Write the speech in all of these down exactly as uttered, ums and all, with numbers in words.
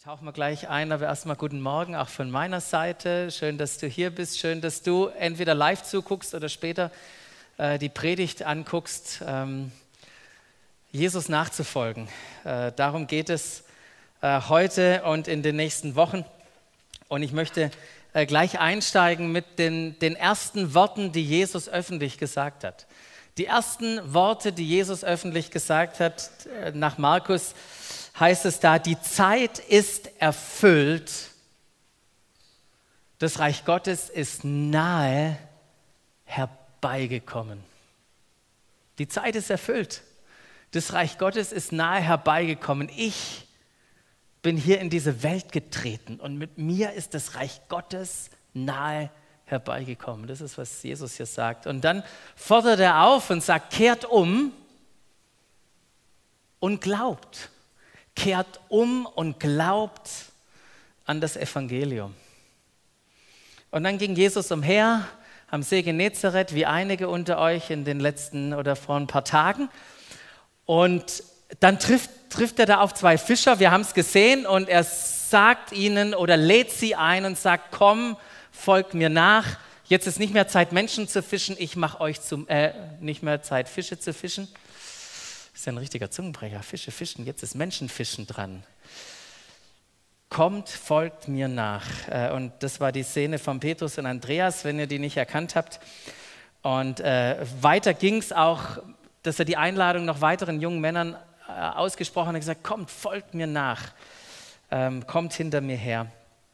Tauchen wir gleich ein, aber erstmal guten Morgen, auch von meiner Seite. Schön, dass du hier bist, schön, dass du entweder live zuguckst oder später äh, die Predigt anguckst, ähm, Jesus nachzufolgen. Äh, darum geht es äh, heute und in den nächsten Wochen. Und ich möchte äh, gleich einsteigen mit den, den ersten Worten, die Jesus öffentlich gesagt hat. Die ersten Worte, die Jesus öffentlich gesagt hat, äh, nach Markus, heißt es da, die Zeit ist erfüllt, das Reich Gottes ist nahe herbeigekommen. Die Zeit ist erfüllt, das Reich Gottes ist nahe herbeigekommen. Ich bin hier in diese Welt getreten und mit mir ist das Reich Gottes nahe herbeigekommen. Das ist, was Jesus hier sagt. Und dann fordert er auf und sagt, kehrt um und glaubt. Kehrt um und glaubt an das Evangelium. Und dann ging Jesus umher am See Genezareth, wie einige unter euch in den letzten oder vor ein paar Tagen. Und dann trifft, trifft er da auf zwei Fischer, wir haben es gesehen, und er sagt ihnen oder lädt sie ein und sagt, komm, folgt mir nach. Jetzt ist nicht mehr Zeit, Menschen zu fischen, ich mache euch zum, äh, nicht mehr Zeit, Fische zu fischen. Das ist ja ein richtiger Zungenbrecher. Fische fischen, jetzt ist Menschenfischen dran. Kommt, folgt mir nach. Und das war die Szene von Petrus und Andreas, wenn ihr die nicht erkannt habt. Und äh, weiter ging es auch, dass er die Einladung noch weiteren jungen Männern äh, ausgesprochen hat und gesagt, kommt, folgt mir nach. Ähm, kommt hinter mir her.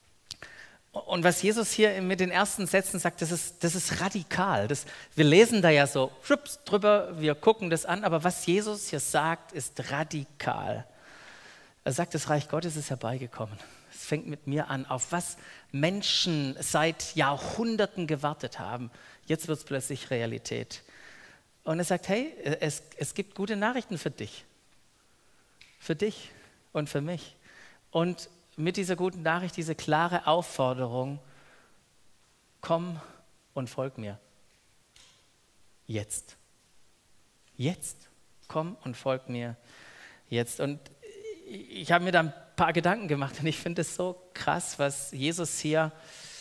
Und was Jesus hier mit den ersten Sätzen sagt, das ist, das ist radikal. Das, wir lesen da ja so schwupps drüber, wir gucken das an, aber was Jesus hier sagt, ist radikal. Er sagt, das Reich Gottes ist herbeigekommen. Es fängt mit mir an, auf was Menschen seit Jahrhunderten gewartet haben. Jetzt wird es plötzlich Realität. Und er sagt, hey, es, es gibt gute Nachrichten für dich. Für dich und für mich. Und mit dieser guten Nachricht, diese klare Aufforderung, komm und folg mir. Jetzt. Jetzt. Komm und folg mir jetzt. Und ich habe mir da ein paar Gedanken gemacht und ich finde es so krass, was Jesus hier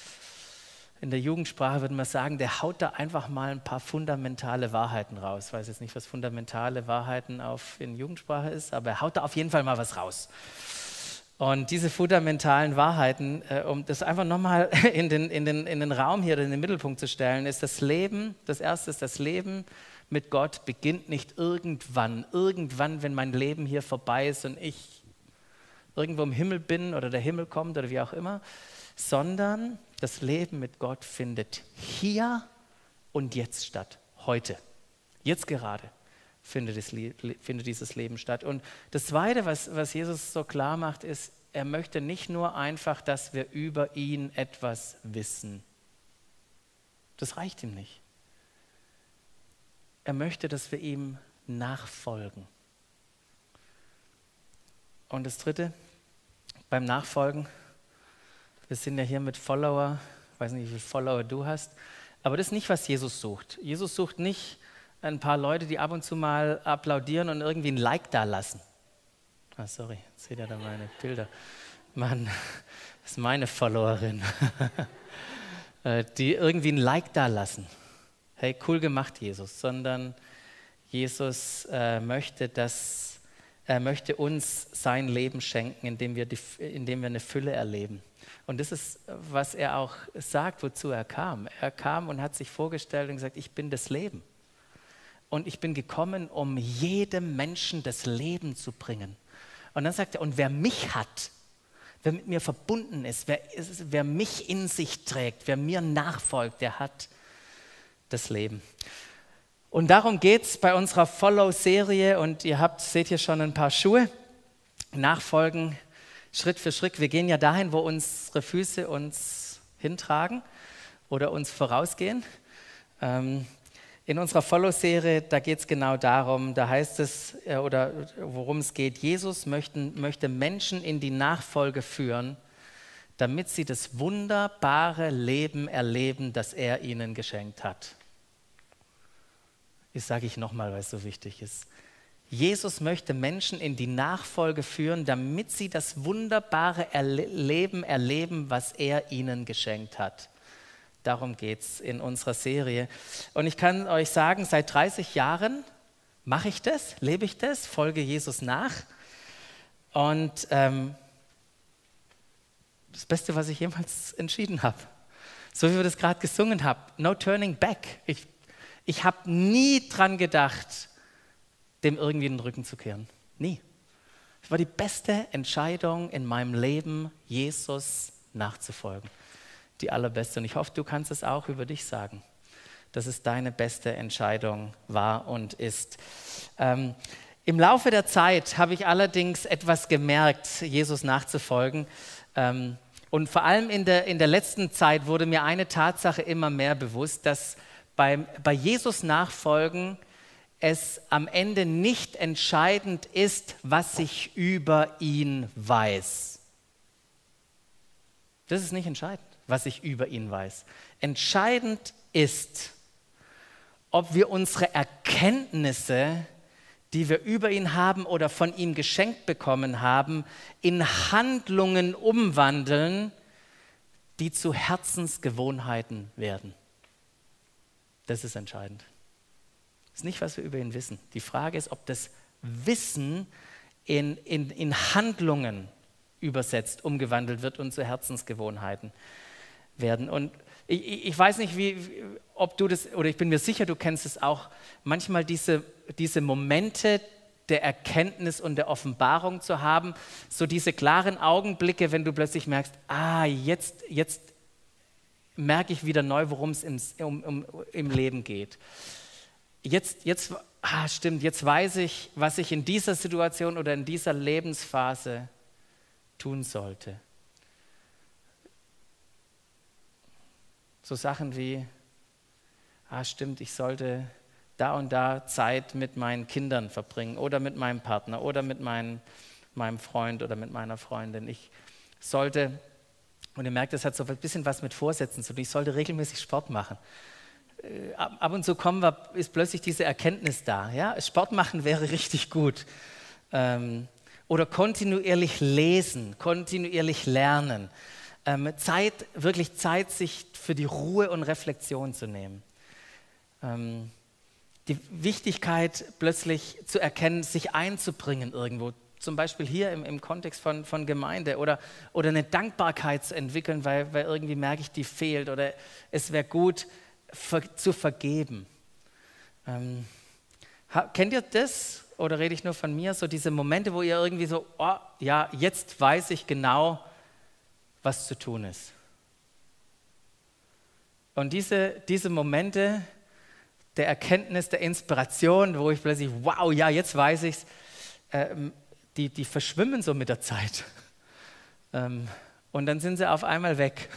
in der Jugendsprache, würde man sagen, der haut da einfach mal ein paar fundamentale Wahrheiten raus. Ich weiß jetzt nicht, was fundamentale Wahrheiten auf, in Jugendsprache ist, aber er haut da auf jeden Fall mal was raus. Und diese fundamentalen Wahrheiten, äh, um das einfach nochmal in den, in, den, in den Raum hier, in den Mittelpunkt zu stellen, ist das Leben, das erste ist, das Leben mit Gott beginnt nicht irgendwann, irgendwann, wenn mein Leben hier vorbei ist und ich irgendwo im Himmel bin oder der Himmel kommt oder wie auch immer, sondern das Leben mit Gott findet hier und jetzt statt, heute, jetzt gerade. Findet, es, findet dieses Leben statt. Und das Zweite, was, was Jesus so klar macht, ist, er möchte nicht nur einfach, dass wir über ihn etwas wissen. Das reicht ihm nicht. Er möchte, dass wir ihm nachfolgen. Und das Dritte, beim Nachfolgen, wir sind ja hier mit Follower, ich weiß nicht, wie viele Follower du hast, aber das ist nicht, was Jesus sucht. Jesus sucht nicht ein paar Leute, die ab und zu mal applaudieren und irgendwie ein Like da lassen. Ah, sorry, jetzt seht ihr da meine Bilder. Mann, das ist meine Followerin. Die irgendwie ein Like da lassen. Hey, cool gemacht, Jesus. Sondern Jesus äh, möchte, dass, er möchte uns sein Leben schenken, indem wir, die, indem wir eine Fülle erleben. Und das ist, was er auch sagt, wozu er kam. Er kam und hat sich vorgestellt und gesagt, ich bin das Leben. Und ich bin gekommen, um jedem Menschen das Leben zu bringen. Und dann sagt er, und wer mich hat, wer mit mir verbunden ist, wer, wer mich in sich trägt, wer mir nachfolgt, der hat das Leben. Und darum geht es bei unserer Follow-Serie. Und ihr habt, seht hier schon ein paar Schuhe. Nachfolgen, Schritt für Schritt. Wir gehen ja dahin, wo unsere Füße uns hintragen oder uns vorausgehen. Ähm, In unserer Follow-Serie, da geht es genau darum, da heißt es, oder worum es geht, Jesus möchten, möchte Menschen in die Nachfolge führen, damit sie das wunderbare Leben erleben, das er ihnen geschenkt hat. Das sage ich nochmal, weil es so wichtig ist. Jesus möchte Menschen in die Nachfolge führen, damit sie das wunderbare Erle- Leben erleben, was er ihnen geschenkt hat. Darum geht es in unserer Serie. Und ich kann euch sagen, seit dreißig Jahren mache ich das, lebe ich das, folge Jesus nach. Und ähm, das Beste, was ich jemals entschieden habe. So wie wir das gerade gesungen haben, no turning back. Ich, ich habe nie dran gedacht, dem irgendwie den Rücken zu kehren. Nie. Es war die beste Entscheidung in meinem Leben, Jesus nachzufolgen. Die allerbeste. Und ich hoffe, du kannst es auch über dich sagen, dass es deine beste Entscheidung war und ist. Ähm, Im Laufe der Zeit habe ich allerdings etwas gemerkt, Jesus nachzufolgen. Ähm, und vor allem in der, in der letzten Zeit wurde mir eine Tatsache immer mehr bewusst, dass beim, bei Jesus nachfolgen es am Ende nicht entscheidend ist, was ich über ihn weiß. Das ist nicht entscheidend, was ich über ihn weiß. Entscheidend ist, ob wir unsere Erkenntnisse, die wir über ihn haben oder von ihm geschenkt bekommen haben, in Handlungen umwandeln, die zu Herzensgewohnheiten werden. Das ist entscheidend. Das ist nicht, was wir über ihn wissen. Die Frage ist, ob das Wissen in, in, in Handlungen übersetzt, umgewandelt wird und zu Herzensgewohnheiten werden. Und ich, ich weiß nicht, wie, ob du das, oder ich bin mir sicher, du kennst es auch, manchmal diese, diese Momente der Erkenntnis und der Offenbarung zu haben, so diese klaren Augenblicke, wenn du plötzlich merkst, ah, jetzt, jetzt merke ich wieder neu, worum es im, um, um, im Leben geht. Jetzt, jetzt, ah, stimmt, jetzt weiß ich, was ich in dieser Situation oder in dieser Lebensphase tun sollte. So Sachen wie, ah, stimmt, ich sollte da und da Zeit mit meinen Kindern verbringen oder mit meinem Partner oder mit mein, meinem Freund oder mit meiner Freundin. Ich sollte, und ihr merkt, das hat so ein bisschen was mit Vorsätzen zu tun, ich sollte regelmäßig Sport machen. Ab und zu kommen wir, ist plötzlich diese Erkenntnis da. Ja? Sport machen wäre richtig gut. Ähm, oder kontinuierlich lesen, kontinuierlich lernen. Ähm, Zeit, wirklich Zeit, sich für die Ruhe und Reflexion zu nehmen. Ähm, die Wichtigkeit plötzlich zu erkennen, sich einzubringen irgendwo. Zum Beispiel hier im, im Kontext von, von Gemeinde. Oder, oder eine Dankbarkeit zu entwickeln, weil, weil irgendwie merke ich, die fehlt. Oder es wäre gut, Ver, zu vergeben. Ähm, ha, kennt ihr das? Oder rede ich nur von mir? So diese Momente, wo ihr irgendwie so, oh ja, jetzt weiß ich genau, was zu tun ist. Und diese, diese Momente der Erkenntnis, der Inspiration, wo ich plötzlich, wow, ja, jetzt weiß ich's, ähm, die, die verschwimmen so mit der Zeit. Ähm, und dann sind sie auf einmal weg.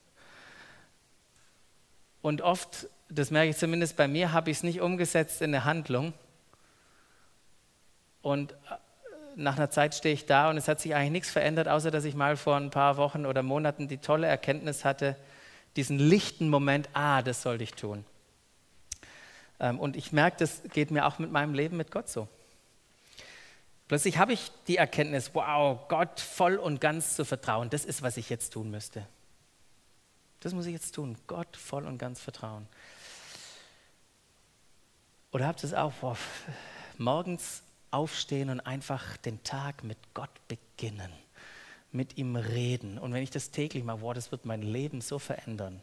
Und oft, das merke ich zumindest bei mir, habe ich es nicht umgesetzt in eine Handlung. Und nach einer Zeit stehe ich da und es hat sich eigentlich nichts verändert, außer dass ich mal vor ein paar Wochen oder Monaten die tolle Erkenntnis hatte, diesen lichten Moment, ah, das sollte ich tun. Und ich merke, das geht mir auch mit meinem Leben mit Gott so. Plötzlich habe ich die Erkenntnis, wow, Gott voll und ganz zu vertrauen, das ist, was ich jetzt tun müsste. Das muss ich jetzt tun, Gott voll und ganz vertrauen. Oder habt ihr es auch, boah, morgens aufstehen und einfach den Tag mit Gott beginnen, mit ihm reden. Und wenn ich das täglich mache, boah, das wird mein Leben so verändern.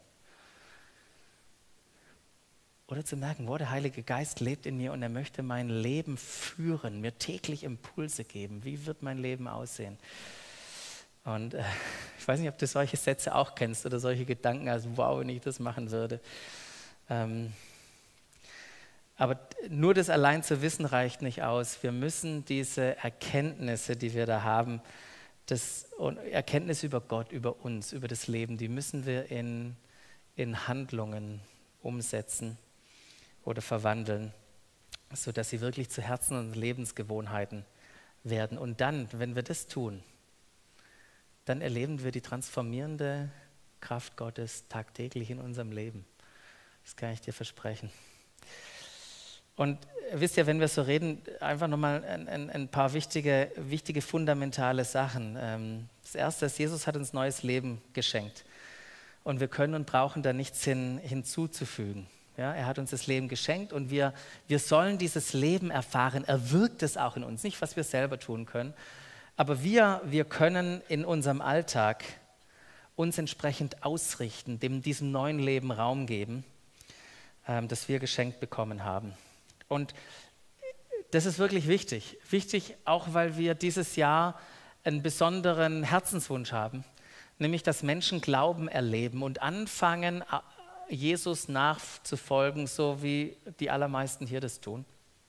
Oder zu merken, boah, der Heilige Geist lebt in mir und er möchte mein Leben führen, mir täglich Impulse geben. Wie wird mein Leben aussehen? Und äh, ich weiß nicht, ob du solche Sätze auch kennst oder solche Gedanken hast, wow, wenn ich das machen würde. Ähm, aber nur das allein zu wissen reicht nicht aus. Wir müssen diese Erkenntnisse, die wir da haben, das, Erkenntnisse über Gott, über uns, über das Leben, die müssen wir in, in Handlungen umsetzen oder verwandeln, sodass sie wirklich zu Herzen und Lebensgewohnheiten werden. Und dann, wenn wir das tun, dann erleben wir die transformierende Kraft Gottes tagtäglich in unserem Leben. Das kann ich dir versprechen. Und wisst ihr, wenn wir so reden, einfach nochmal ein, ein, ein paar wichtige, wichtige fundamentale Sachen. Ähm, das Erste ist, Jesus hat uns neues Leben geschenkt. Und wir können und brauchen da nichts hin, hinzuzufügen. Ja, er hat uns das Leben geschenkt und wir, wir sollen dieses Leben erfahren. Er wirkt es auch in uns, nicht was wir selber tun können. Aber wir, wir können in unserem Alltag uns entsprechend ausrichten, dem, diesem neuen Leben Raum geben, ähm, das wir geschenkt bekommen haben. Und das ist wirklich wichtig. Wichtig auch, weil wir dieses Jahr einen besonderen Herzenswunsch haben, nämlich dass Menschen Glauben erleben und anfangen, Jesus nachzufolgen, so wie die allermeisten hier das tun.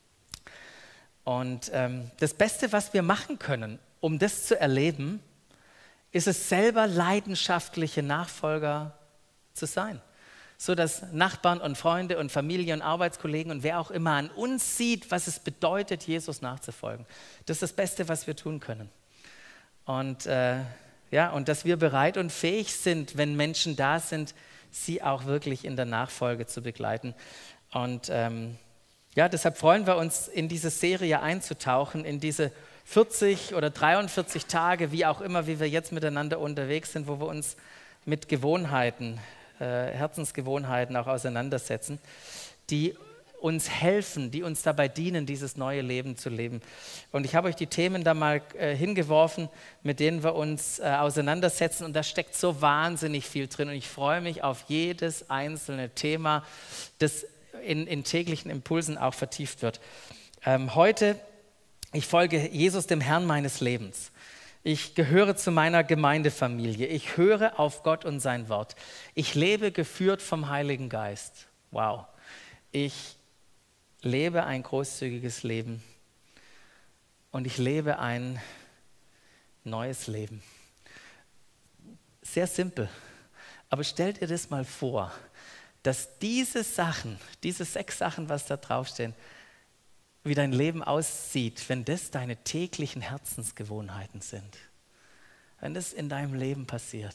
Und ähm, das Beste, was wir machen können, um das zu erleben, ist es selber leidenschaftliche Nachfolger zu sein. So dass Nachbarn und Freunde und Familie und Arbeitskollegen und wer auch immer an uns sieht, was es bedeutet, Jesus nachzufolgen. Das ist das Beste, was wir tun können. Und, äh, ja, und dass wir bereit und fähig sind, wenn Menschen da sind, sie auch wirklich in der Nachfolge zu begleiten. Und ähm, ja, deshalb freuen wir uns, in diese Serie einzutauchen, in diese vierzig oder dreiundvierzig Tage, wie auch immer, wie wir jetzt miteinander unterwegs sind, wo wir uns mit Gewohnheiten, äh, Herzensgewohnheiten auch auseinandersetzen, die uns helfen, die uns dabei dienen, dieses neue Leben zu leben. Und ich habe euch die Themen da mal äh, hingeworfen, mit denen wir uns äh, auseinandersetzen. Und da steckt so wahnsinnig viel drin. Und ich freue mich auf jedes einzelne Thema, das in, in täglichen Impulsen auch vertieft wird. Ähm, heute, ich folge Jesus, dem Herrn meines Lebens. Ich gehöre zu meiner Gemeindefamilie. Ich höre auf Gott und sein Wort. Ich lebe geführt vom Heiligen Geist. Wow. Ich lebe ein großzügiges Leben und ich lebe ein neues Leben. Sehr simpel, aber stellt ihr das mal vor, dass diese Sachen, diese sechs Sachen, was da draufstehen, wie dein Leben aussieht, wenn das deine täglichen Herzensgewohnheiten sind, wenn das in deinem Leben passiert.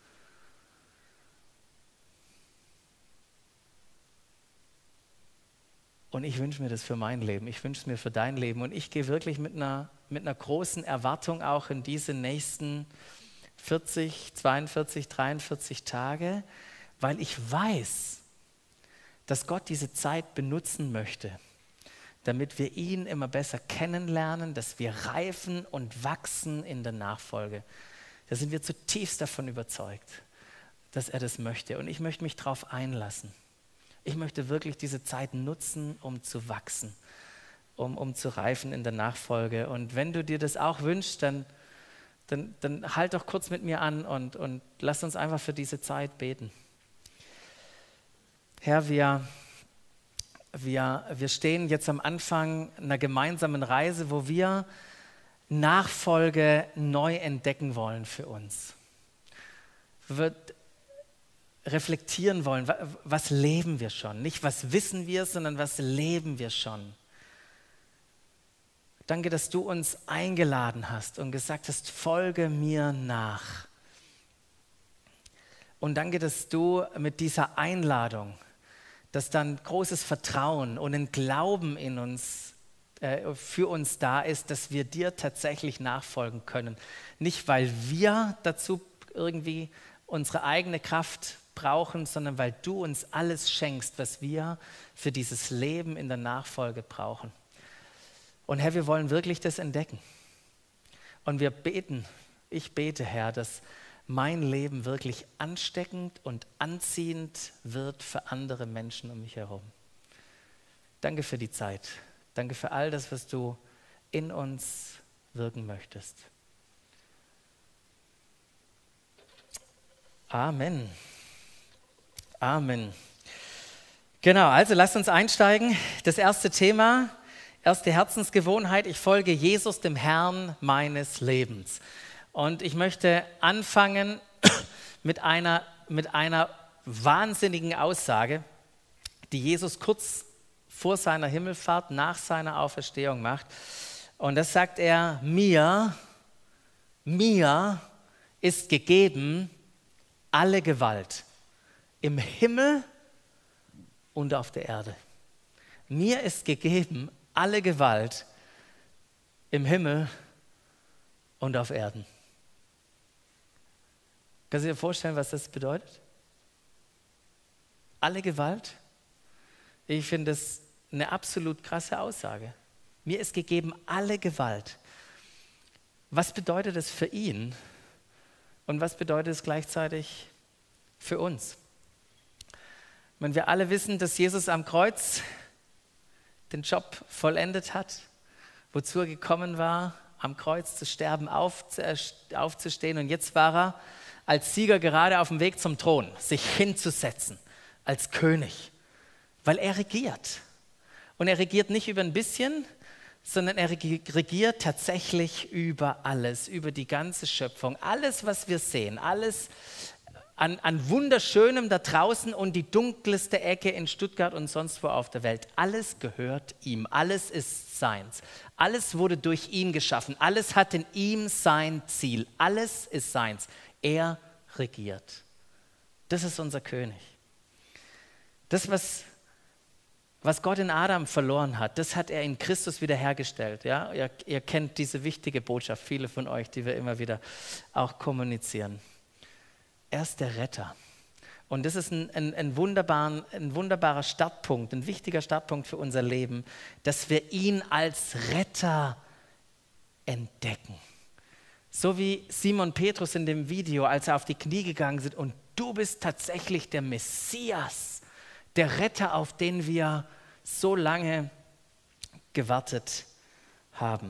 Und ich wünsche mir das für mein Leben, ich wünsche es mir für dein Leben. Und ich gehe wirklich mit einer, mit einer großen Erwartung auch in diese nächsten vierzig, zweiundvierzig, dreiundvierzig Tage, weil ich weiß, dass Gott diese Zeit benutzen möchte, damit wir ihn immer besser kennenlernen, dass wir reifen und wachsen in der Nachfolge. Da sind wir zutiefst davon überzeugt, dass er das möchte. Und ich möchte mich darauf einlassen. Ich möchte wirklich diese Zeit nutzen, um zu wachsen, um, um zu reifen in der Nachfolge. Und wenn du dir das auch wünschst, dann, dann, dann halt doch kurz mit mir an und, und lass uns einfach für diese Zeit beten. Herr, wir, wir, wir stehen jetzt am Anfang einer gemeinsamen Reise, wo wir Nachfolge neu entdecken wollen für uns. Wird reflektieren wollen, was leben wir schon? Nicht, was wissen wir, sondern was leben wir schon? Danke, dass du uns eingeladen hast und gesagt hast, folge mir nach. Und danke, dass du mit dieser Einladung, dass dann großes Vertrauen und ein Glauben in uns, äh, für uns da ist, dass wir dir tatsächlich nachfolgen können. Nicht, weil wir dazu irgendwie unsere eigene Kraft brauchen, sondern weil du uns alles schenkst, was wir für dieses Leben in der Nachfolge brauchen. Und Herr, wir wollen wirklich das entdecken. Und wir beten, ich bete, Herr, dass mein Leben wirklich ansteckend und anziehend wird für andere Menschen um mich herum. Danke für die Zeit. Danke für all das, was du in uns wirken möchtest. Amen. Amen. Genau, also lasst uns einsteigen. Das erste Thema, erste Herzensgewohnheit, ich folge Jesus, dem Herrn meines Lebens. Und ich möchte anfangen mit einer, mit einer wahnsinnigen Aussage, die Jesus kurz vor seiner Himmelfahrt, nach seiner Auferstehung macht. Und das sagt er, mir, mir ist gegeben alle Gewalt im Himmel und auf der Erde. mir ist gegeben alle Gewalt im Himmel und auf Erden. Kannst du dir vorstellen, was das bedeutet? Alle Gewalt? Ich finde das eine absolut krasse Aussage. Mir ist gegeben alle Gewalt. Was bedeutet es für ihn und was bedeutet es gleichzeitig für uns? Ich meine, wir alle wissen, dass Jesus am Kreuz den Job vollendet hat, wozu er gekommen war, am Kreuz zu sterben, aufzustehen. Und jetzt war er als Sieger gerade auf dem Weg zum Thron, sich hinzusetzen als König, weil er regiert. Und er regiert nicht über ein bisschen, sondern er regiert tatsächlich über alles, über die ganze Schöpfung. Alles, was wir sehen, alles an, an Wunderschönem da draußen und die dunkelste Ecke in Stuttgart und sonst wo auf der Welt, alles gehört ihm, alles ist seins. Alles wurde durch ihn geschaffen, alles hat in ihm sein Ziel, alles ist seins. Er regiert. Das ist unser König. Das, was Was Gott in Adam verloren hat, das hat er in Christus wiederhergestellt. Ja? Ihr, ihr kennt diese wichtige Botschaft, viele von euch, die wir immer wieder auch kommunizieren. Er ist der Retter. Und das ist ein, ein, ein, wunderbaren, ein wunderbarer Startpunkt, ein wichtiger Startpunkt für unser Leben, dass wir ihn als Retter entdecken. So wie Simon Petrus in dem Video, als er auf die Knie gegangen ist und du bist tatsächlich der Messias, der Retter, auf den wir so lange gewartet haben.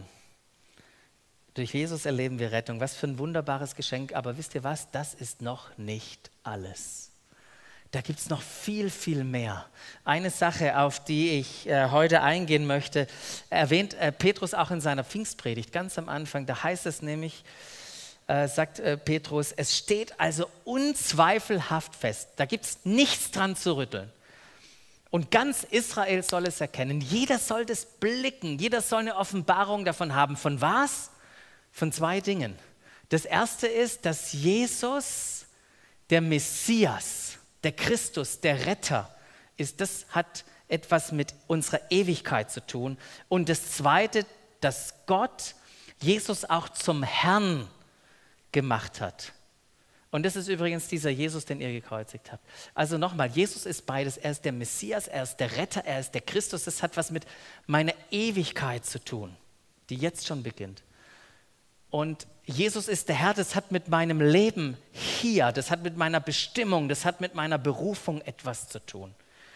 Durch Jesus erleben wir Rettung. Was für ein wunderbares Geschenk. Aber wisst ihr was? Das ist noch nicht alles. Da gibt es noch viel, viel mehr. Eine Sache, auf die ich äh, heute eingehen möchte, erwähnt äh, Petrus auch in seiner Pfingstpredigt, ganz am Anfang. Da heißt es nämlich, äh, sagt äh, Petrus, es steht also unzweifelhaft fest. Da gibt es nichts dran zu rütteln. Und ganz Israel soll es erkennen. Jeder soll das blicken. Jeder soll eine Offenbarung davon haben. Von was? Von zwei Dingen. Das erste ist, dass Jesus, der Messias, der Christus, der Retter ist. Das hat etwas mit unserer Ewigkeit zu tun. Und das zweite, dass Gott Jesus auch zum Herrn gemacht hat. Und das ist übrigens dieser Jesus, den ihr gekreuzigt habt. Also nochmal, Jesus ist beides. Er ist der Messias, er ist der Retter, er ist der Christus. Das hat was mit meiner Ewigkeit zu tun, die jetzt schon beginnt. Und Jesus ist der Herr, das hat mit meinem Leben hier, das hat mit meiner Bestimmung, das hat mit meiner Berufung etwas zu tun.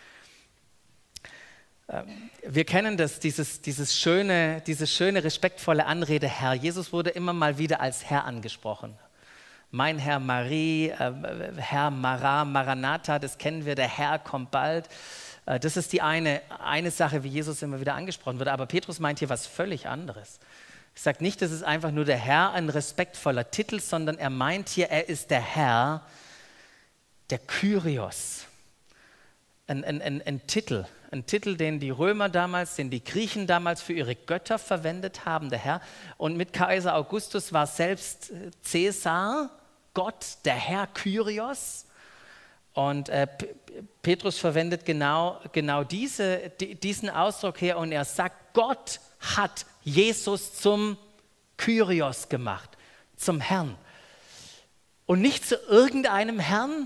Wir kennen das, dieses, dieses schöne, diese schöne, respektvolle Anrede Herr. Jesus wurde immer mal wieder als Herr angesprochen. Mein Herr Marie, äh, Herr Mara, Maranatha, das kennen wir, der Herr kommt bald. Äh, das ist die eine, eine Sache, wie Jesus immer wieder angesprochen wird. Aber Petrus meint hier was völlig anderes. Er sagt nicht, das ist einfach nur der Herr, ein respektvoller Titel, sondern er meint hier, er ist der Herr, der Kyrios. Ein, ein, ein, ein Titel, ein Titel, den die Römer damals, den die Griechen damals für ihre Götter verwendet haben, der Herr. Und mit Kaiser Augustus war selbst Cäsar Gott, der Herr Kyrios. Und äh, Petrus verwendet genau, genau diese, die, diesen Ausdruck hier und er sagt, Gott hat Jesus zum Kyrios gemacht, zum Herrn. Und nicht zu irgendeinem Herrn.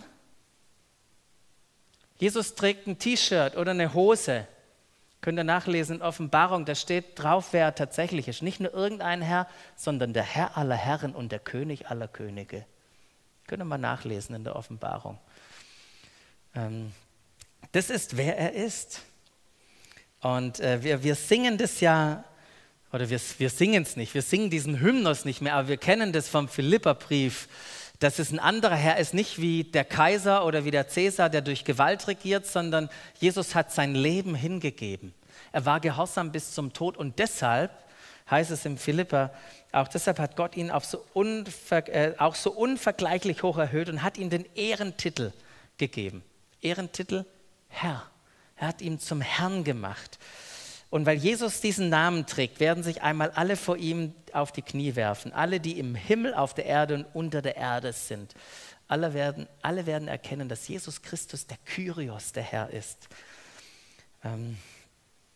Jesus trägt ein T-Shirt oder eine Hose. Könnt ihr nachlesen in Offenbarung, da steht drauf, wer er tatsächlich ist. Nicht nur irgendein Herr, sondern der Herr aller Herren und der König aller Könige. Könnt ihr mal nachlesen in der Offenbarung. Ähm, das ist, wer er ist. Und äh, wir, wir singen das ja, oder wir, wir singen es nicht, wir singen diesen Hymnus nicht mehr, aber wir kennen das vom Philipperbrief, dass es ein anderer Herr ist, nicht wie der Kaiser oder wie der Cäsar, der durch Gewalt regiert, sondern Jesus hat sein Leben hingegeben. Er war gehorsam bis zum Tod und deshalb, heißt es im Philipper, auch deshalb hat Gott ihn auf so unver, äh, auch so unvergleichlich hoch erhöht und hat ihm den Ehrentitel gegeben. Ehrentitel Herr. Er hat ihn zum Herrn gemacht. Und weil Jesus diesen Namen trägt, werden sich einmal alle vor ihm auf die Knie werfen. Alle, die im Himmel, auf der Erde und unter der Erde sind. Alle werden, alle werden erkennen, dass Jesus Christus der Kyrios, der Herr ist. Ähm,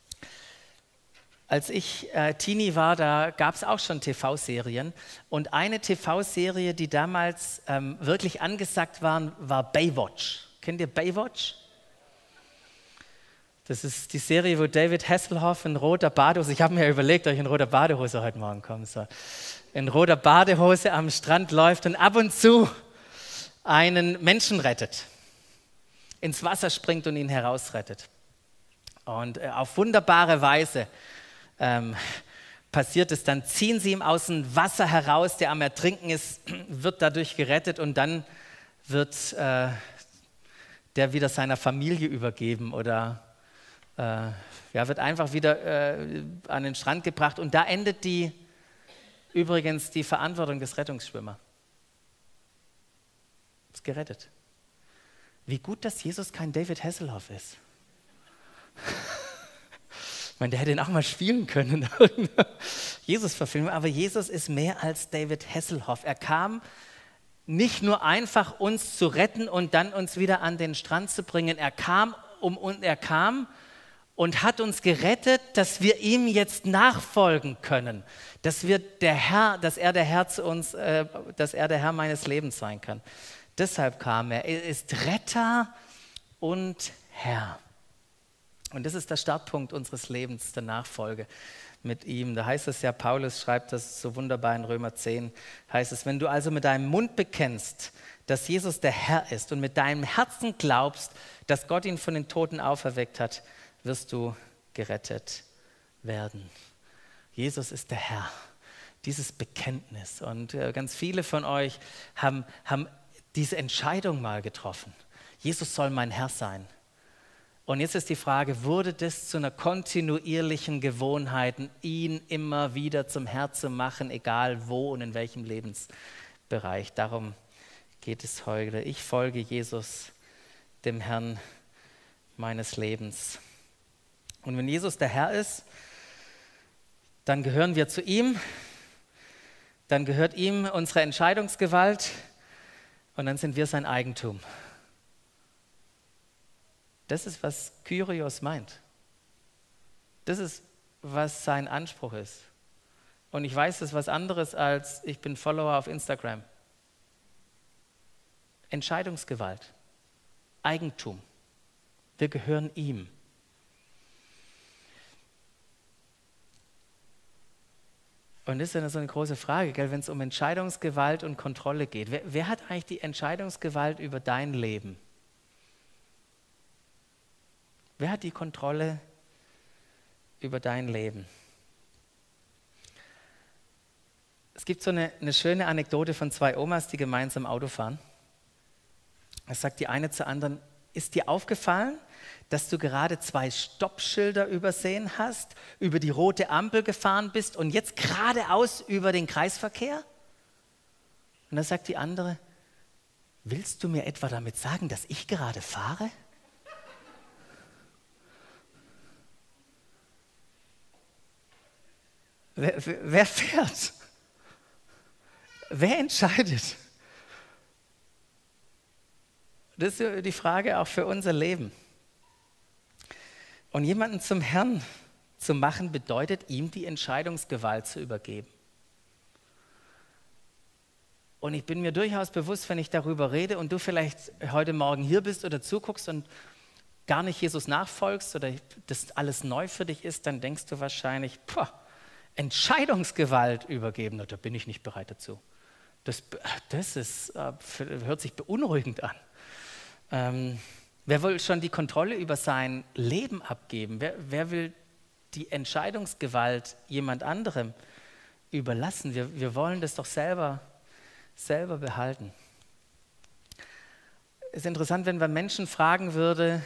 Als ich äh, Teenie war, da gab es auch schon T V-Serien. Und eine T V-Serie, die damals ähm, wirklich angesagt war, war Baywatch. Kennt ihr Baywatch? Das ist die Serie, wo David Hasselhoff in roter Badehose, ich habe mir ja überlegt, ob ich in roter Badehose heute Morgen kommen soll, in roter Badehose am Strand läuft und ab und zu einen Menschen rettet, ins Wasser springt und ihn herausrettet. Und äh, auf wunderbare Weise ähm, passiert es dann, ziehen sie ihn aus dem Wasser heraus, der am Ertrinken ist, wird dadurch gerettet und dann wird äh, der wieder seiner Familie übergeben oder äh, ja, wird einfach wieder äh, an den Strand gebracht und da endet die, übrigens die Verantwortung des Rettungsschwimmers. Ist gerettet. Wie gut, dass Jesus kein David Hasselhoff ist. Ich meine, der hätte ihn auch mal spielen können. Jesus verfilmen, aber Jesus ist mehr als David Hasselhoff. Er kam nicht nur einfach uns zu retten und dann uns wieder an den Strand zu bringen. Er kam, um, und er kam und hat uns gerettet, dass wir ihm jetzt nachfolgen können, dass wir der Herr, dass er der Herr zu uns, äh, dass er der Herr meines Lebens sein kann. Deshalb kam er. Er ist Retter und Herr. Und das ist der Startpunkt unseres Lebens, der Nachfolge mit ihm. Da heißt es ja, Paulus schreibt das so wunderbar in Römer zehn, heißt es, wenn du also mit deinem Mund bekennst, dass Jesus der Herr ist und mit deinem Herzen glaubst, dass Gott ihn von den Toten auferweckt hat, wirst du gerettet werden. Jesus ist der Herr. Dieses Bekenntnis. Und äh, ganz viele von euch haben, haben diese Entscheidung mal getroffen. Jesus soll mein Herr sein. Und jetzt ist die Frage, wurde das zu einer kontinuierlichen Gewohnheit, ihn immer wieder zum Herr zu machen, egal wo und in welchem Lebensbereich. Darum geht es heute. Ich folge Jesus, dem Herrn meines Lebens. Und wenn Jesus der Herr ist, dann gehören wir zu ihm, dann gehört ihm unsere Entscheidungsgewalt und dann sind wir sein Eigentum. Das ist, was Kyrios meint. Das ist, was sein Anspruch ist. Und ich weiß, das ist was anderes als, ich bin Follower auf Instagram. Entscheidungsgewalt, Eigentum. Wir gehören ihm. Und das ist dann so eine große Frage, gell, wenn es um Entscheidungsgewalt und Kontrolle geht. Wer, wer hat eigentlich die Entscheidungsgewalt über dein Leben? Wer hat die Kontrolle über dein Leben? Es gibt so eine, eine schöne Anekdote von zwei Omas, die gemeinsam Auto fahren. Es sagt die eine zur anderen, ist dir aufgefallen, dass du gerade zwei Stoppschilder übersehen hast, über die rote Ampel gefahren bist und jetzt geradeaus über den Kreisverkehr? Und dann sagt die andere, willst du mir etwa damit sagen, dass ich gerade fahre? Wer, wer fährt? Wer entscheidet? Das ist die Frage auch für unser Leben. Und jemanden zum Herrn zu machen, bedeutet, ihm die Entscheidungsgewalt zu übergeben. Und ich bin mir durchaus bewusst, wenn ich darüber rede und du vielleicht heute Morgen hier bist oder zuguckst und gar nicht Jesus nachfolgst oder das alles neu für dich ist, dann denkst du wahrscheinlich, boah, Entscheidungsgewalt übergeben, da bin ich nicht bereit dazu. Das, das ist, hört sich beunruhigend an. Ähm, wer will schon die Kontrolle über sein Leben abgeben? Wer, wer will die Entscheidungsgewalt jemand anderem überlassen? Wir, wir wollen das doch selber, selber behalten. Es ist interessant, wenn man Menschen fragen würde,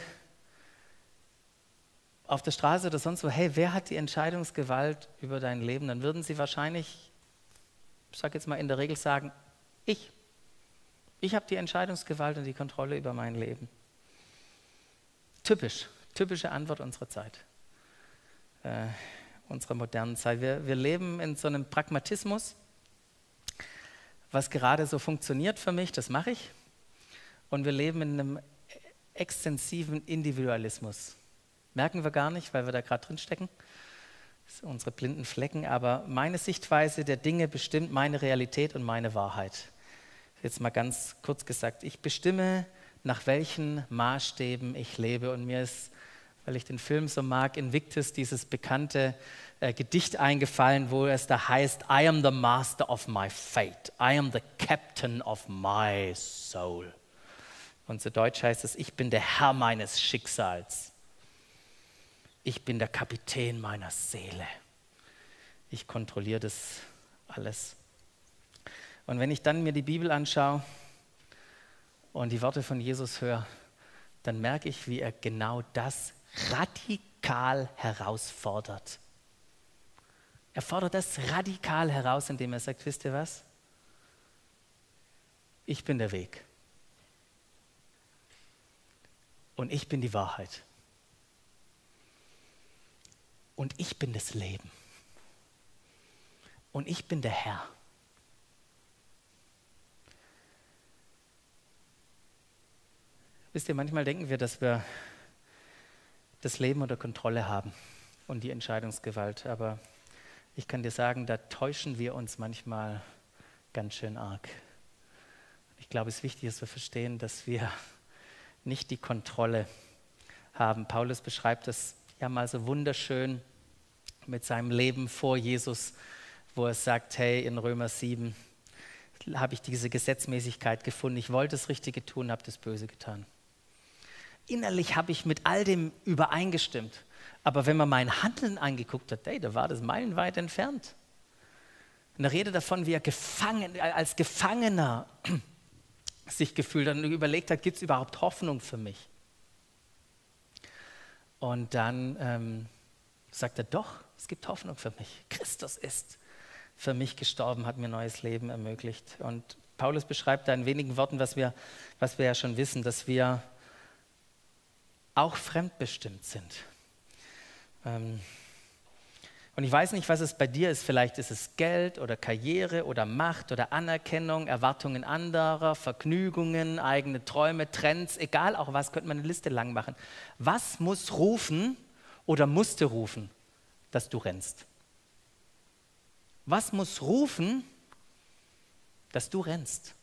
auf der Straße oder sonst wo, hey, wer hat die Entscheidungsgewalt über dein Leben? Dann würden sie wahrscheinlich, ich sage jetzt mal in der Regel sagen, ich. Ich habe die Entscheidungsgewalt und die Kontrolle über mein Leben. Typisch, typische Antwort unserer Zeit, äh, unserer modernen Zeit. Wir, wir leben in so einem Pragmatismus, was gerade so funktioniert für mich, das mache ich. Und wir leben in einem extensiven Individualismus. Merken wir gar nicht, weil wir da gerade drin stecken. Das sind unsere blinden Flecken, aber meine Sichtweise der Dinge bestimmt meine Realität und meine Wahrheit. Jetzt mal ganz kurz gesagt, ich bestimme, nach welchen Maßstäben ich lebe. Und mir ist, weil ich den Film so mag, Invictus, dieses bekannte äh, Gedicht eingefallen, wo es da heißt, I am the master of my fate, I am the captain of my soul. Und zu Deutsch heißt es, ich bin der Herr meines Schicksals. Ich bin der Kapitän meiner Seele. Ich kontrolliere das alles. Und wenn ich dann mir die Bibel anschaue und die Worte von Jesus höre, dann merke ich, wie er genau das radikal herausfordert. Er fordert das radikal heraus, indem er sagt, wisst ihr was? Ich bin der Weg. Und ich bin die Wahrheit. Und ich bin das Leben. Und ich bin der Herr. Wisst ihr, manchmal denken wir, dass wir das Leben unter Kontrolle haben und die Entscheidungsgewalt. Aber ich kann dir sagen, da täuschen wir uns manchmal ganz schön arg. Ich glaube, es ist wichtig, dass wir verstehen, dass wir nicht die Kontrolle haben. Paulus beschreibt das ja mal so wunderschön mit seinem Leben vor Jesus, wo er sagt, hey, in Römer sieben habe ich diese Gesetzmäßigkeit gefunden. Ich wollte das Richtige tun, habe das Böse getan. Innerlich habe ich mit all dem übereingestimmt. Aber wenn man mein Handeln angeguckt hat, hey, da war das meilenweit entfernt. Und er redet davon, wie er gefangen, als Gefangener sich gefühlt hat und überlegt hat, gibt es überhaupt Hoffnung für mich? Und dann ähm, sagt er, doch, es gibt Hoffnung für mich. Christus ist für mich gestorben, hat mir neues Leben ermöglicht. Und Paulus beschreibt da in wenigen Worten, was wir, was wir ja schon wissen, dass wir auch fremdbestimmt sind. Ähm, Und ich weiß nicht, was es bei dir ist. Vielleicht ist es Geld oder Karriere oder Macht oder Anerkennung, Erwartungen anderer, Vergnügungen, eigene Träume, Trends, egal auch was, könnte man eine Liste lang machen. Was muss rufen oder musste rufen, dass du rennst? Was muss rufen, dass du rennst?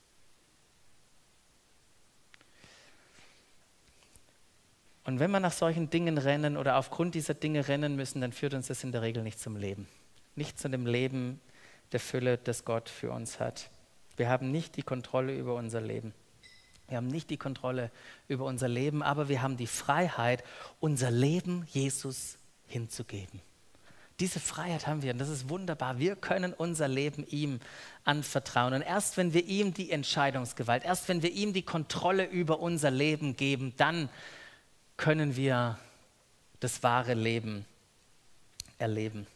Und wenn wir nach solchen Dingen rennen oder aufgrund dieser Dinge rennen müssen, dann führt uns das in der Regel nicht zum Leben. Nicht zu dem Leben der Fülle, das Gott für uns hat. Wir haben nicht die Kontrolle über unser Leben. Wir haben nicht die Kontrolle über unser Leben, aber wir haben die Freiheit, unser Leben Jesus hinzugeben. Diese Freiheit haben wir und das ist wunderbar. Wir können unser Leben ihm anvertrauen. Und erst wenn wir ihm die Entscheidungsgewalt, erst wenn wir ihm die Kontrolle über unser Leben geben, dann können wir das wahre Leben erleben.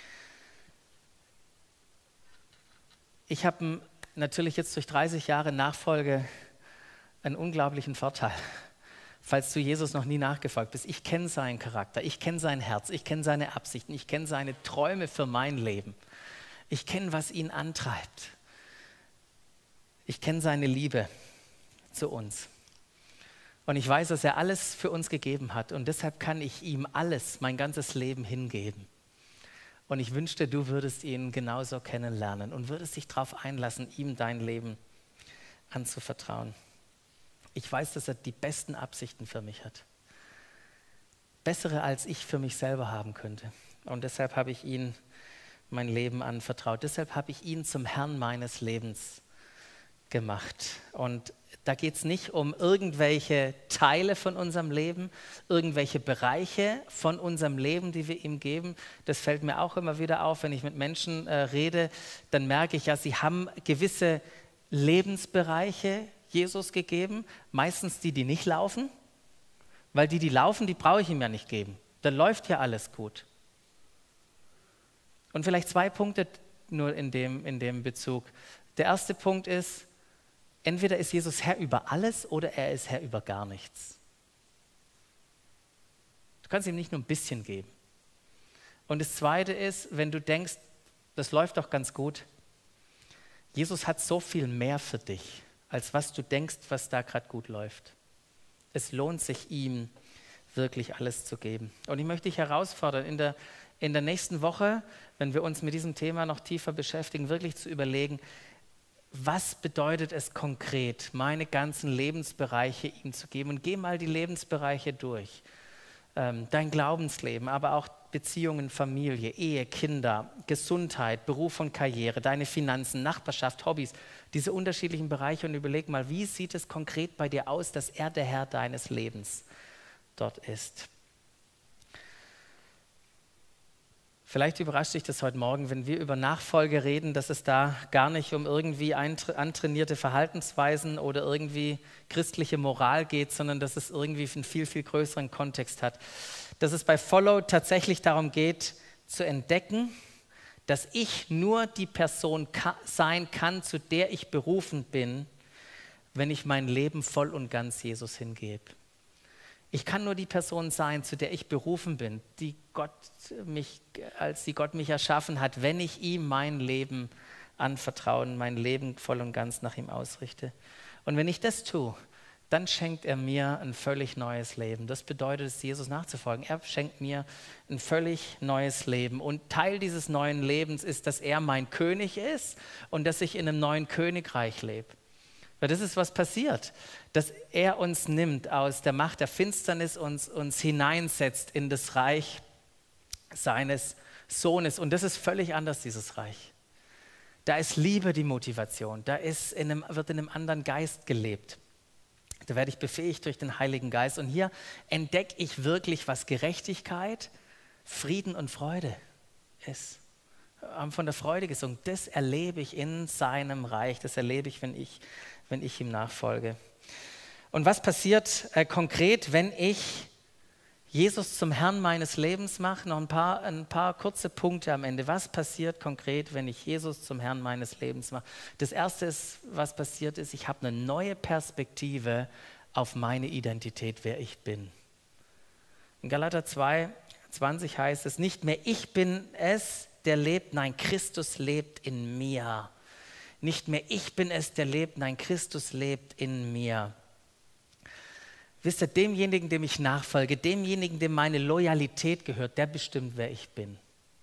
Ich habe natürlich jetzt durch dreißig Jahre Nachfolge einen unglaublichen Vorteil, falls du Jesus noch nie nachgefolgt bist. Ich kenne seinen Charakter, ich kenne sein Herz, ich kenne seine Absichten, ich kenne seine Träume für mein Leben. Ich kenne, was ihn antreibt. Ich kenne seine Liebe zu uns. Und ich weiß, dass er alles für uns gegeben hat und deshalb kann ich ihm alles, mein ganzes Leben hingeben. Und ich wünschte, du würdest ihn genauso kennenlernen und würdest dich darauf einlassen, ihm dein Leben anzuvertrauen. Ich weiß, dass er die besten Absichten für mich hat. Bessere, als ich für mich selber haben könnte. Und deshalb habe ich ihm mein Leben anvertraut. Deshalb habe ich ihn zum Herrn meines Lebens gemacht. Und da geht es nicht um irgendwelche Teile von unserem Leben, irgendwelche Bereiche von unserem Leben, die wir ihm geben. Das fällt mir auch immer wieder auf, wenn ich mit Menschen äh, rede, dann merke ich ja, sie haben gewisse Lebensbereiche Jesus gegeben, meistens die, die nicht laufen, weil die, die laufen, die brauche ich ihm ja nicht geben. Da läuft ja alles gut. Und vielleicht zwei Punkte nur in dem, in dem Bezug. Der erste Punkt ist, entweder ist Jesus Herr über alles oder er ist Herr über gar nichts. Du kannst ihm nicht nur ein bisschen geben. Und das Zweite ist, wenn du denkst, das läuft doch ganz gut, Jesus hat so viel mehr für dich, als was du denkst, was da gerade gut läuft. Es lohnt sich, ihm wirklich alles zu geben. Und ich möchte dich herausfordern, in der, in der nächsten Woche, wenn wir uns mit diesem Thema noch tiefer beschäftigen, wirklich zu überlegen, was bedeutet es konkret, meine ganzen Lebensbereiche ihm zu geben. Und geh mal die Lebensbereiche durch. Ähm, dein Glaubensleben, aber auch Beziehungen, Familie, Ehe, Kinder, Gesundheit, Beruf und Karriere, deine Finanzen, Nachbarschaft, Hobbys, diese unterschiedlichen Bereiche und überleg mal, wie sieht es konkret bei dir aus, dass er der Herr deines Lebens dort ist. Vielleicht überrascht dich das heute Morgen, wenn wir über Nachfolge reden, dass es da gar nicht um irgendwie antrainierte Verhaltensweisen oder irgendwie christliche Moral geht, sondern dass es irgendwie einen viel, viel größeren Kontext hat. Dass es bei Follow tatsächlich darum geht, zu entdecken, dass ich nur die Person ka- sein kann, zu der ich berufen bin, wenn ich mein Leben voll und ganz Jesus hingebe. Ich kann nur die Person sein, zu der ich berufen bin, die Gott mich, als die Gott mich erschaffen hat, wenn ich ihm mein Leben anvertraue und mein Leben voll und ganz nach ihm ausrichte. Und wenn ich das tue, dann schenkt er mir ein völlig neues Leben. Das bedeutet es, Jesus nachzufolgen. Er schenkt mir ein völlig neues Leben. Und Teil dieses neuen Lebens ist, dass er mein König ist und dass ich in einem neuen Königreich lebe. Weil das ist, was passiert, dass er uns nimmt aus der Macht der Finsternis und uns hineinsetzt in das Reich seines Sohnes. Und das ist völlig anders, dieses Reich. Da ist Liebe die Motivation, da ist in einem, wird in einem anderen Geist gelebt. Da werde ich befähigt durch den Heiligen Geist. Und hier entdecke ich wirklich, was Gerechtigkeit, Frieden und Freude ist. Wir haben von der Freude gesungen. Das erlebe ich in seinem Reich. Das erlebe ich, wenn ich, wenn ich ihm nachfolge. Und was passiert äh, konkret, wenn ich Jesus zum Herrn meines Lebens mache? Noch ein paar, ein paar kurze Punkte am Ende. Was passiert konkret, wenn ich Jesus zum Herrn meines Lebens mache? Das Erste, ist, was passiert ist, ich habe eine neue Perspektive auf meine Identität, wer ich bin. In Galater zwei, zwanzig heißt es, nicht mehr ich bin es, der lebt, nein, Christus lebt in mir. Nicht mehr ich bin es, der lebt, nein, Christus lebt in mir. Wisst ihr, demjenigen, dem ich nachfolge, demjenigen, dem meine Loyalität gehört, der bestimmt, wer ich bin.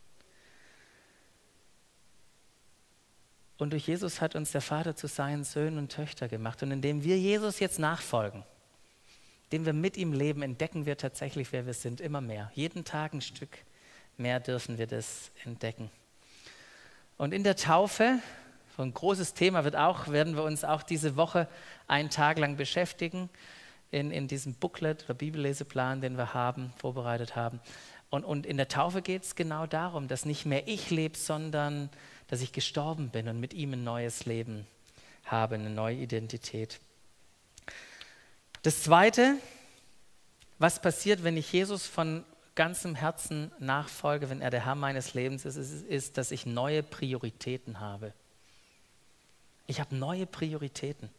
Und durch Jesus hat uns der Vater zu seinen Söhnen und Töchtern gemacht. Und indem wir Jesus jetzt nachfolgen, indem wir mit ihm leben, entdecken wir tatsächlich, wer wir sind, immer mehr. Jeden Tag ein Stück mehr dürfen wir das entdecken. Und in der Taufe, so ein großes Thema wird auch, werden wir uns auch diese Woche einen Tag lang beschäftigen, in, in diesem Booklet oder Bibelleseplan, den wir haben, vorbereitet haben. Und, und in der Taufe geht es genau darum, dass nicht mehr ich lebe, sondern dass ich gestorben bin und mit ihm ein neues Leben habe, eine neue Identität. Das Zweite, was passiert, wenn ich Jesus von ganzem Herzen nachfolge, wenn er der Herr meines Lebens ist, ist, ist, dass ich neue Prioritäten habe. Ich habe neue Prioritäten.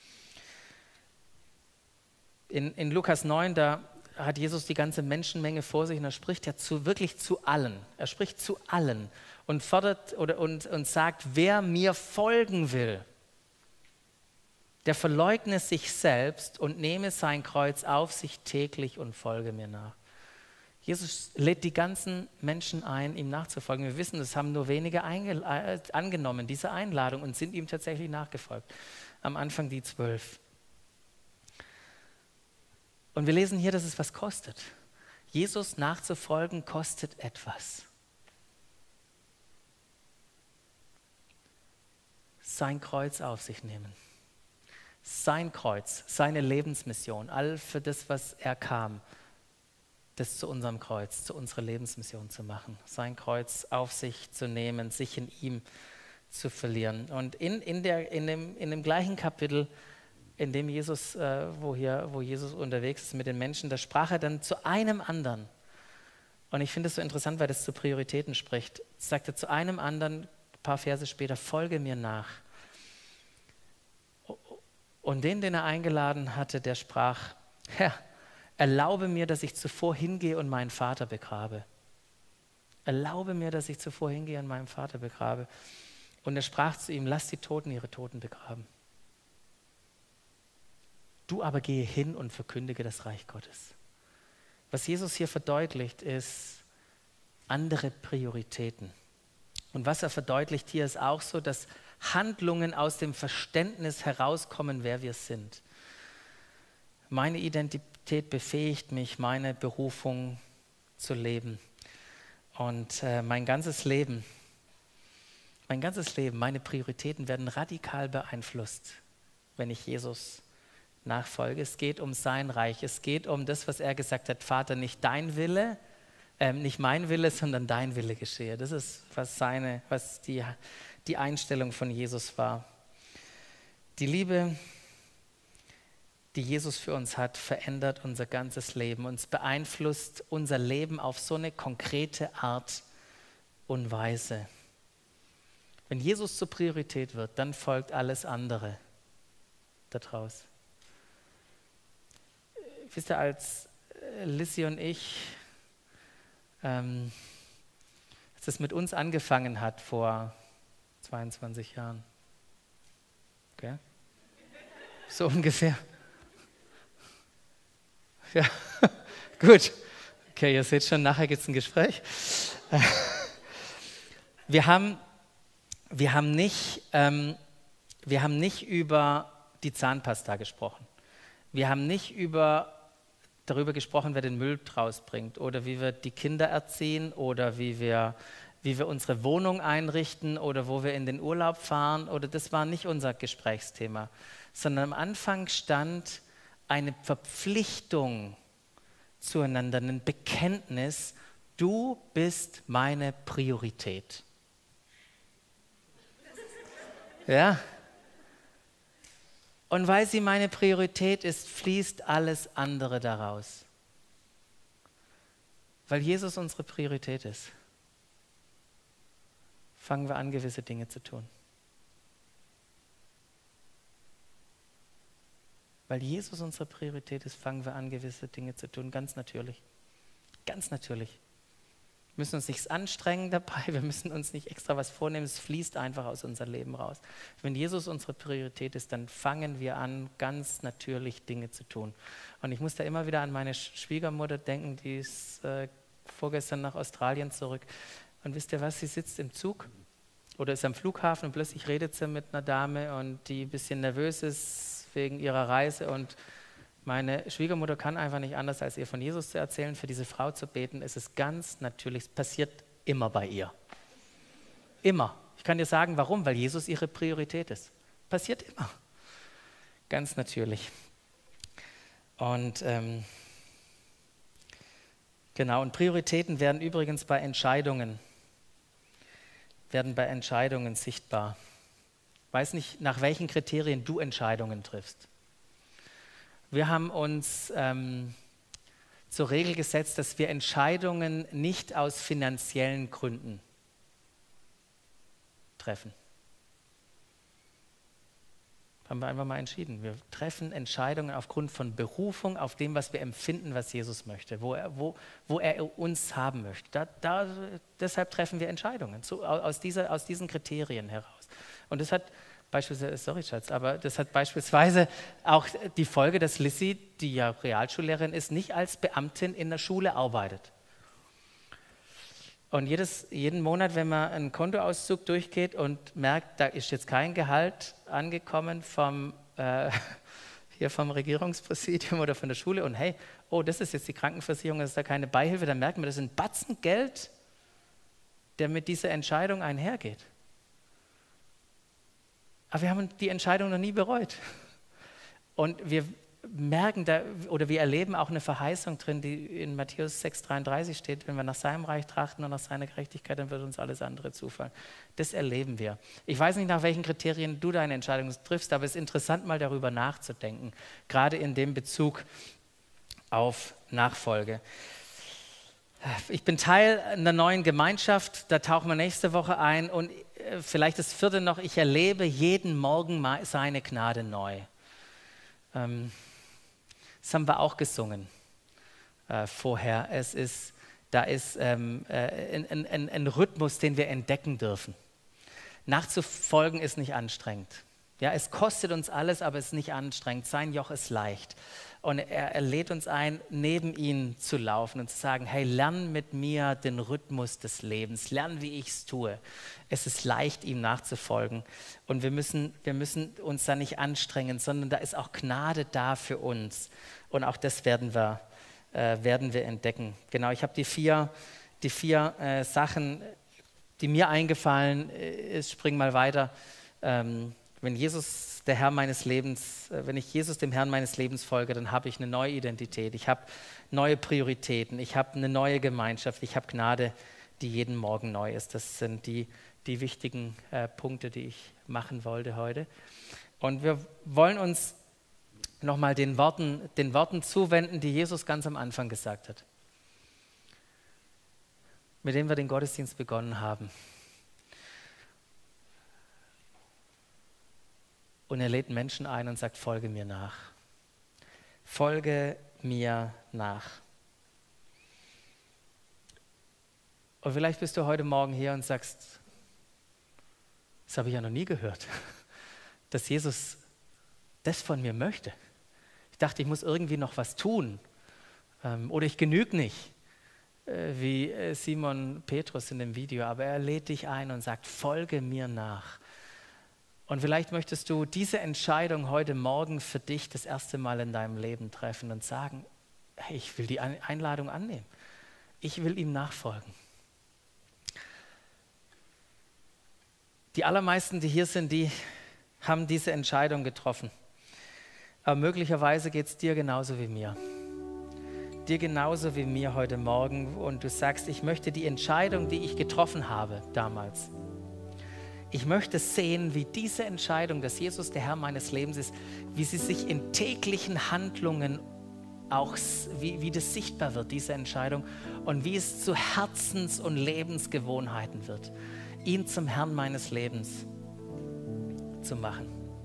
In, in Lukas neun, da hat Jesus die ganze Menschenmenge vor sich und er spricht ja zu, wirklich zu allen. Er spricht zu allen und fordert oder, und, und sagt, wer mir folgen will, der verleugne sich selbst und nehme sein Kreuz auf sich täglich und folge mir nach. Jesus lädt die ganzen Menschen ein, ihm nachzufolgen. Wir wissen, es haben nur wenige äh, angenommen, diese Einladung, und sind ihm tatsächlich nachgefolgt. Am Anfang die zwölf. Und wir lesen hier, dass es was kostet. Jesus nachzufolgen kostet etwas. Sein Kreuz auf sich nehmen. Sein Kreuz, seine Lebensmission, all für das, was er kam, das zu unserem Kreuz, zu unserer Lebensmission zu machen. Sein Kreuz auf sich zu nehmen, sich in ihm zu verlieren. Und in, in, der, in, dem, in dem gleichen Kapitel, in dem Jesus, äh, wo, hier, wo Jesus unterwegs ist mit den Menschen, da sprach er dann zu einem anderen. Und ich finde es so interessant, weil das zu Prioritäten spricht. Sagt er zu einem anderen, ein paar Verse später, folge mir nach. Und den, den er eingeladen hatte, der sprach, Herr, erlaube mir, dass ich zuvor hingehe und meinen Vater begrabe. Erlaube mir, dass ich zuvor hingehe und meinen Vater begrabe. Und er sprach zu ihm, lass die Toten ihre Toten begraben. Du aber gehe hin und verkündige das Reich Gottes. Was Jesus hier verdeutlicht ist, andere Prioritäten. Und was er verdeutlicht hier ist auch so, dass Handlungen aus dem Verständnis herauskommen, wer wir sind. Meine Identität befähigt mich, meine Berufung zu leben. Und äh, mein ganzes Leben, mein ganzes Leben, meine Prioritäten werden radikal beeinflusst, wenn ich Jesus nachfolge. Es geht um sein Reich. Es geht um das, was er gesagt hat, Vater, nicht dein Wille, ähm, nicht mein Wille, sondern dein Wille geschehe. Das ist, was seine, was die, die Einstellung von Jesus war. Die Liebe, die Jesus für uns hat, verändert unser ganzes Leben. Uns beeinflusst unser Leben auf so eine konkrete Art und Weise. Wenn Jesus zur Priorität wird, dann folgt alles andere daraus. Wisst ihr, als Lissy und ich, ähm, als es mit uns angefangen hat vor zweiundzwanzig Jahren, okay? So ungefähr. Ja, gut. Okay, ihr seht schon, nachher gibt es ein Gespräch. Wir haben, wir haben nicht, ähm, wir haben nicht über die Zahnpasta gesprochen. Wir haben nicht über, darüber gesprochen, wer den Müll rausbringt oder wie wir die Kinder erziehen oder wie wir, wie wir unsere Wohnung einrichten oder wo wir in den Urlaub fahren. Oder das war nicht unser Gesprächsthema, sondern am Anfang stand eine Verpflichtung zueinander, ein Bekenntnis, du bist meine Priorität. Ja. Und weil sie meine Priorität ist, fließt alles andere daraus. Weil Jesus unsere Priorität ist, fangen wir an, gewisse Dinge zu tun. Weil Jesus unsere Priorität ist, fangen wir an, gewisse Dinge zu tun, ganz natürlich. Ganz natürlich. Wir müssen uns nichts anstrengen dabei, wir müssen uns nicht extra was vornehmen, es fließt einfach aus unserem Leben raus. Wenn Jesus unsere Priorität ist, dann fangen wir an, ganz natürlich Dinge zu tun. Und ich muss da immer wieder an meine Schwiegermutter denken, die ist äh, vorgestern nach Australien zurück. Und wisst ihr was, sie sitzt im Zug oder ist am Flughafen und plötzlich redet sie mit einer Dame und die ein bisschen nervös ist, wegen ihrer Reise, und meine Schwiegermutter kann einfach nicht anders, als ihr von Jesus zu erzählen, für diese Frau zu beten. Es ist ganz natürlich, es passiert immer bei ihr. Immer. Ich kann dir sagen, warum, weil Jesus ihre Priorität ist. Passiert immer. Ganz natürlich. Und ähm, genau, und Prioritäten werden übrigens bei Entscheidungen, werden bei Entscheidungen sichtbar. Ich weiß nicht, nach welchen Kriterien du Entscheidungen triffst. Wir haben uns ähm, zur Regel gesetzt, dass wir Entscheidungen nicht aus finanziellen Gründen treffen. Haben wir einfach mal entschieden. Wir treffen Entscheidungen aufgrund von Berufung, auf dem, was wir empfinden, was Jesus möchte, wo er, wo, wo er uns haben möchte. Da, da, deshalb treffen wir Entscheidungen, so, aus, dieser, aus diesen Kriterien heraus. Und das hat beispielsweise, sorry Schatz, aber das hat beispielsweise auch die Folge, dass Lissy, die ja Realschullehrerin ist, nicht als Beamtin in der Schule arbeitet. Und jedes, jeden Monat, wenn man einen Kontoauszug durchgeht und merkt, da ist jetzt kein Gehalt angekommen vom, äh, hier vom Regierungspräsidium oder von der Schule und hey, oh, das ist jetzt die Krankenversicherung, das ist da keine Beihilfe, dann merkt man, das ist ein Batzen Geld, der mit dieser Entscheidung einhergeht. Aber wir haben die Entscheidung noch nie bereut. Und wir merken da, oder wir erleben auch eine Verheißung drin, die in Matthäus sechs dreiunddreißig steht, wenn wir nach seinem Reich trachten und nach seiner Gerechtigkeit, dann wird uns alles andere zufallen. Das erleben wir. Ich weiß nicht, nach welchen Kriterien du deine Entscheidung triffst, aber es ist interessant, mal darüber nachzudenken, gerade in dem Bezug auf Nachfolge. Ich bin Teil einer neuen Gemeinschaft, da tauchen wir nächste Woche ein und vielleicht das vierte noch, ich erlebe jeden Morgen seine Gnade neu. Ähm, das haben wir auch gesungen äh, vorher. Es ist, da ist ähm, äh, ein, ein, ein Rhythmus, den wir entdecken dürfen. Nachzufolgen ist nicht anstrengend. Ja, es kostet uns alles, aber es ist nicht anstrengend. Sein Joch ist leicht. Und er, er lädt uns ein, neben ihn zu laufen und zu sagen, hey, lern mit mir den Rhythmus des Lebens. Lern, wie ich es tue. Es ist leicht, ihm nachzufolgen. Und wir müssen, wir müssen uns da nicht anstrengen, sondern da ist auch Gnade da für uns. Und auch das werden wir, äh, werden wir entdecken. Genau, ich habe die vier, die vier äh, Sachen, die mir eingefallen ist, spring mal weiter. Ähm, Wenn Jesus der Herr meines Lebens, wenn ich Jesus dem Herrn meines Lebens folge, dann habe ich eine neue Identität, ich habe neue Prioritäten, ich habe eine neue Gemeinschaft, ich habe Gnade, die jeden Morgen neu ist. Das sind die, die wichtigen äh, Punkte, die ich machen wollte heute. Und wir wollen uns nochmal den Worten, den Worten zuwenden, die Jesus ganz am Anfang gesagt hat, mit denen wir den Gottesdienst begonnen haben. Und er lädt Menschen ein und sagt, folge mir nach. Folge mir nach. Und vielleicht bist du heute Morgen hier und sagst, das habe ich ja noch nie gehört, dass Jesus das von mir möchte. Ich dachte, ich muss irgendwie noch was tun ähm, oder ich genüge nicht, äh, wie äh, Simon Petrus in dem Video, aber er lädt dich ein und sagt, folge mir nach. Und vielleicht möchtest du diese Entscheidung heute Morgen für dich das erste Mal in deinem Leben treffen und sagen, hey, ich will die Einladung annehmen. Ich will ihm nachfolgen. Die allermeisten, die hier sind, die haben diese Entscheidung getroffen. Aber möglicherweise geht es dir genauso wie mir. Dir genauso wie mir heute Morgen. Und du sagst, ich möchte die Entscheidung, die ich getroffen habe damals, ich möchte sehen, wie diese Entscheidung, dass Jesus der Herr meines Lebens ist, wie sie sich in täglichen Handlungen auch, wie, wie das sichtbar wird, diese Entscheidung, und wie es zu Herzens- und Lebensgewohnheiten wird, ihn zum Herrn meines Lebens zu machen.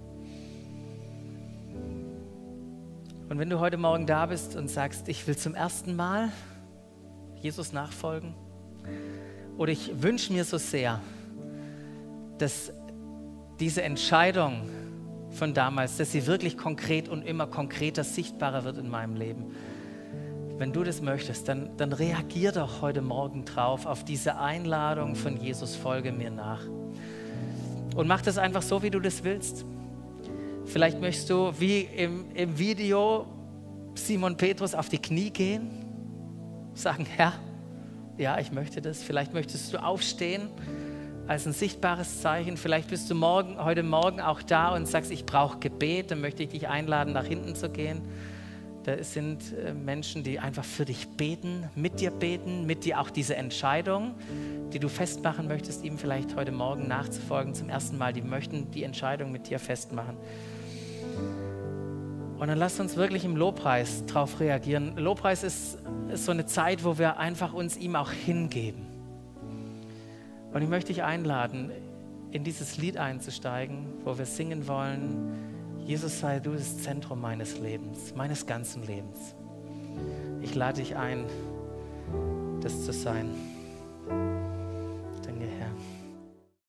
Und wenn du heute Morgen da bist und sagst, ich will zum ersten Mal Jesus nachfolgen, oder ich wünsche mir so sehr, dass diese Entscheidung von damals, dass sie wirklich konkret und immer konkreter sichtbarer wird in meinem Leben. Wenn du das möchtest, dann, dann reagier doch heute Morgen drauf, auf diese Einladung von Jesus, folge mir nach. Und mach das einfach so, wie du das willst. Vielleicht möchtest du, wie im, im Video, Simon Petrus auf die Knie gehen, sagen, Herr, ja, ich möchte das. Vielleicht möchtest du aufstehen, als ein sichtbares Zeichen. Vielleicht bist du morgen, heute Morgen auch da und sagst, ich brauche Gebet, dann möchte ich dich einladen, nach hinten zu gehen. Da sind Menschen, die einfach für dich beten, mit dir beten, mit dir auch diese Entscheidung, die du festmachen möchtest, ihm vielleicht heute Morgen nachzufolgen zum ersten Mal, die möchten die Entscheidung mit dir festmachen. Und dann lasst uns wirklich im Lobpreis darauf reagieren. Lobpreis ist, ist so eine Zeit, wo wir einfach uns ihm auch hingeben. Und ich möchte dich einladen, in dieses Lied einzusteigen, wo wir singen wollen, Jesus sei du das Zentrum meines Lebens, meines ganzen Lebens. Ich lade dich ein, das zu sein. Danke, Herr.